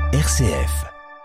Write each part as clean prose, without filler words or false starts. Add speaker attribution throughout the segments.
Speaker 1: RCF.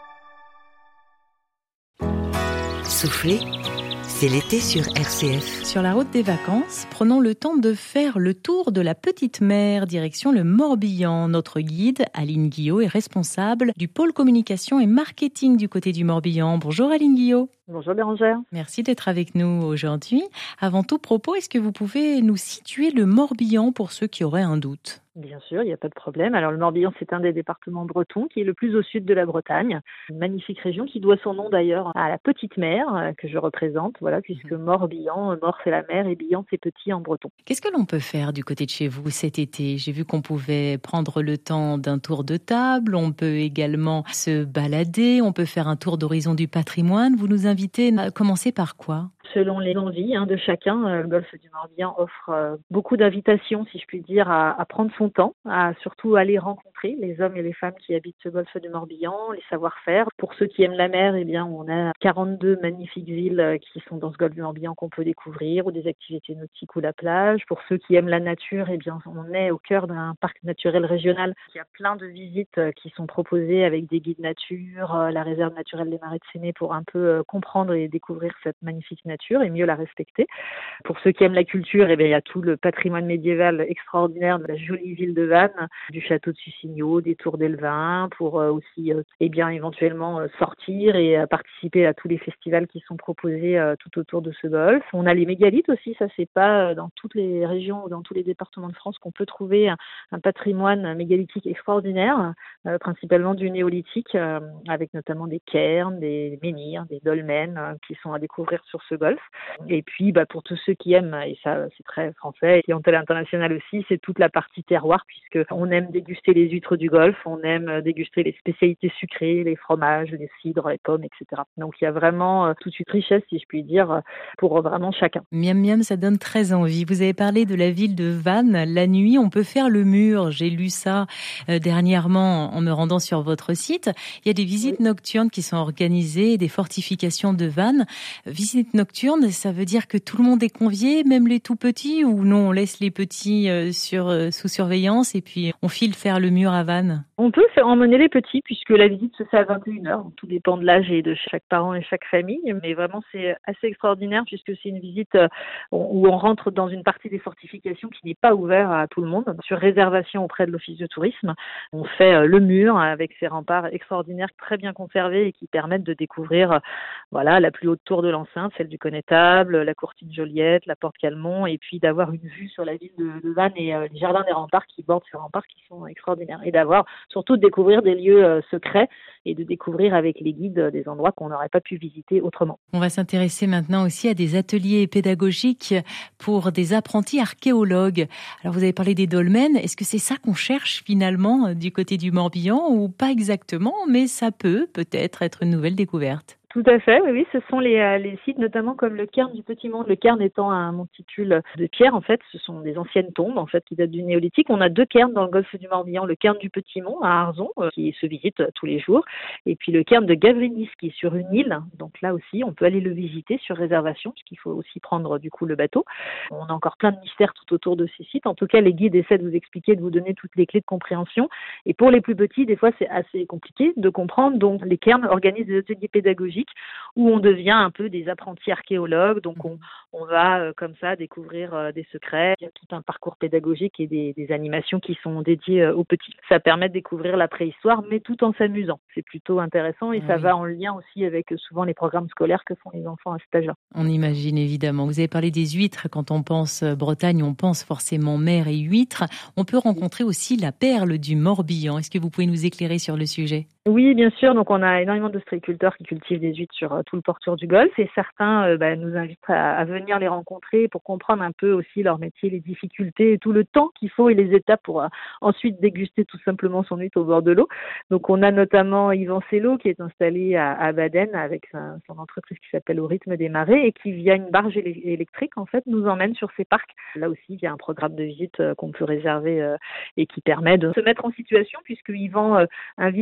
Speaker 2: Souffler, c'est l'été sur RCF.
Speaker 3: Sur la route des vacances, prenons le temps de faire le tour de la petite mer, direction le Morbihan. Notre guide, Aline Guillot, est responsable du pôle communication et marketing du côté du Morbihan. Bonjour Aline Guillot.
Speaker 4: Bonjour Bérangère.
Speaker 3: Merci d'être avec nous aujourd'hui. Avant tout propos, est-ce que vous pouvez nous situer le Morbihan pour ceux qui auraient un doute ?
Speaker 4: Bien sûr, il n'y a pas de problème. Alors le Morbihan, c'est un des départements bretons qui est le plus au sud de la Bretagne. Une magnifique région qui doit son nom d'ailleurs à la petite mer que je représente, puisque Morbihan, mort c'est la mer et Bihan c'est petit en breton.
Speaker 3: Qu'est-ce que l'on peut faire du côté de chez vous cet été ? J'ai vu qu'on pouvait prendre le temps d'un tour de table, on peut également se balader, on peut faire un tour d'horizon du patrimoine. Vous nous invitez à commencer par quoi ?
Speaker 4: Selon les envies de chacun, le golfe du Morbihan offre beaucoup d'invitations, si je puis dire, à prendre son temps, à surtout aller rencontrer les hommes et les femmes qui habitent ce golfe du Morbihan, les savoir-faire. Pour ceux qui aiment la mer, on a 42 magnifiques îles qui sont dans ce golfe du Morbihan qu'on peut découvrir, ou des activités nautiques ou la plage. Pour ceux qui aiment la nature, on est au cœur d'un parc naturel régional. Il y a plein de visites qui sont proposées avec des guides nature, la réserve naturelle des Marais de Séné pour un peu comprendre et découvrir cette magnifique nature et mieux la respecter. Pour ceux qui aiment la culture, il y a tout le patrimoine médiéval extraordinaire de la jolie ville de Vannes, du château de Sucigno, des tours d'Elvin, pour aussi éventuellement sortir et participer à tous les festivals qui sont proposés tout autour de ce golfe. On a les mégalithes aussi, ça c'est pas dans toutes les régions ou dans tous les départements de France qu'on peut trouver un patrimoine mégalithique extraordinaire, principalement du néolithique, avec notamment des cairns, des menhirs, des dolmens qui sont à découvrir sur ce golfe. Et puis pour tous ceux qui aiment, et ça c'est très français, et clientèle internationale aussi, c'est toute la partie terroir, puisque on aime déguster les huîtres du golfe, on aime déguster les spécialités sucrées, les fromages, les cidres, les pommes, etc. Donc il y a vraiment toute une richesse, si je puis dire, pour vraiment chacun.
Speaker 3: Miam miam, ça donne très envie. Vous avez parlé de la ville de Vannes. La nuit, on peut faire le mur. J'ai lu ça dernièrement en me rendant sur votre site. Il y a des visites nocturnes qui sont organisées, des fortifications de Vannes. Visite nocturne, ça veut dire que tout le monde est convié, même les tout petits, ou non, on laisse les petits sous surveillance et puis on file faire le mur à Vannes?
Speaker 4: On peut emmener les petits puisque la visite se fait à 21h. Tout dépend de l'âge et de chaque parent et chaque famille. Mais vraiment, c'est assez extraordinaire puisque c'est une visite où on rentre dans une partie des fortifications qui n'est pas ouverte à tout le monde. Sur réservation auprès de l'Office de tourisme, on fait le mur avec ses remparts extraordinaires, très bien conservés et qui permettent de découvrir la plus haute tour de l'enceinte, celle du Connétable, la Courtine Joliette, la Porte Calmont, et puis d'avoir une vue sur la ville de Vannes et les jardins des remparts qui bordent ces remparts qui sont extraordinaires. Et d'avoir surtout de découvrir des lieux secrets et de découvrir avec les guides des endroits qu'on n'aurait pas pu visiter autrement.
Speaker 3: On va s'intéresser maintenant aussi à des ateliers pédagogiques pour des apprentis archéologues. Alors vous avez parlé des dolmens, est-ce que c'est ça qu'on cherche finalement du côté du Morbihan ou pas exactement, mais ça peut-être être une nouvelle découverte?
Speaker 4: Tout à fait, oui, ce sont les sites notamment comme le cairn du Petit Monde. Le cairn étant un monticule de pierre, en fait, ce sont des anciennes tombes en fait qui datent du néolithique. On a 2 cairns dans le golfe du Morbihan, le cairn du Petit Mont à Arzon qui se visite tous les jours, et puis le cairn de Gavrinis qui est sur une île. Donc là aussi, on peut aller le visiter sur réservation puisqu'il faut aussi prendre du coup le bateau. On a encore plein de mystères tout autour de ces sites. En tout cas, les guides essaient de vous expliquer, de vous donner toutes les clés de compréhension. Et pour les plus petits, des fois, c'est assez compliqué de comprendre. Donc les cairns organisent des ateliers pédagogiques où on devient un peu des apprentis archéologues. Donc on va comme ça découvrir des secrets. Il y a tout un parcours pédagogique et des animations qui sont dédiées aux petits. Ça permet de découvrir la préhistoire, mais tout en s'amusant. C'est plutôt intéressant et ça va en lien aussi avec souvent les programmes scolaires que font les enfants à cet âge-là.
Speaker 3: On imagine évidemment. Vous avez parlé des huîtres. Quand on pense Bretagne, on pense forcément mer et huîtres. On peut rencontrer aussi la perle du Morbihan. Est-ce que vous pouvez nous éclairer sur le sujet ?
Speaker 4: Oui, bien sûr. Donc, on a énormément d'ostréiculteurs qui cultivent des huîtres sur tout le pourtour du Golfe et certains nous invitent à venir les rencontrer pour comprendre un peu aussi leur métier, les difficultés et tout le temps qu'il faut et les étapes pour ensuite déguster tout simplement son huître au bord de l'eau. Donc, on a notamment Yvan Sello qui est installé à Baden avec son entreprise qui s'appelle Au rythme des marées et qui, via une barge électrique, en fait, nous emmène sur ces parcs. Là aussi, il y a un programme de visite qu'on peut réserver et qui permet de se mettre en situation puisque Yvan invite ceux qui le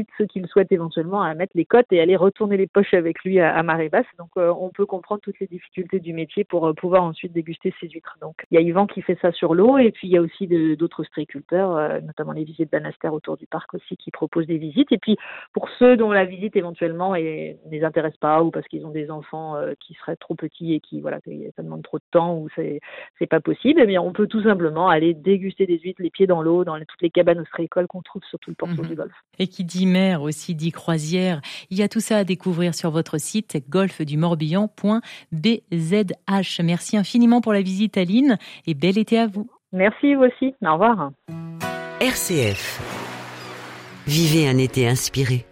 Speaker 4: souhaite éventuellement à mettre les cotes et aller retourner les poches avec lui à marée basse. Donc on peut comprendre toutes les difficultés du métier pour pouvoir ensuite déguster ces huîtres. Donc il y a Yvan qui fait ça sur l'eau et puis il y a aussi d'autres ostréiculteurs, notamment les visites Banastère autour du parc aussi qui proposent des visites. Et puis pour ceux dont la visite éventuellement ne les intéresse pas ou parce qu'ils ont des enfants qui seraient trop petits et qui ça demande trop de temps ou c'est pas possible, eh bien on peut tout simplement aller déguster des huîtres les pieds dans l'eau dans toutes les cabanes ostréicoles qu'on trouve sur tout le pourtour du golfe.
Speaker 3: Et qui dit mer aussi dit croisière. Il y a tout ça à découvrir sur votre site golfedumorbihan.bzh. Merci infiniment pour la visite, Aline, et bel été à vous.
Speaker 4: Merci, vous aussi. Au revoir.
Speaker 2: RCF. Vivez un été inspiré.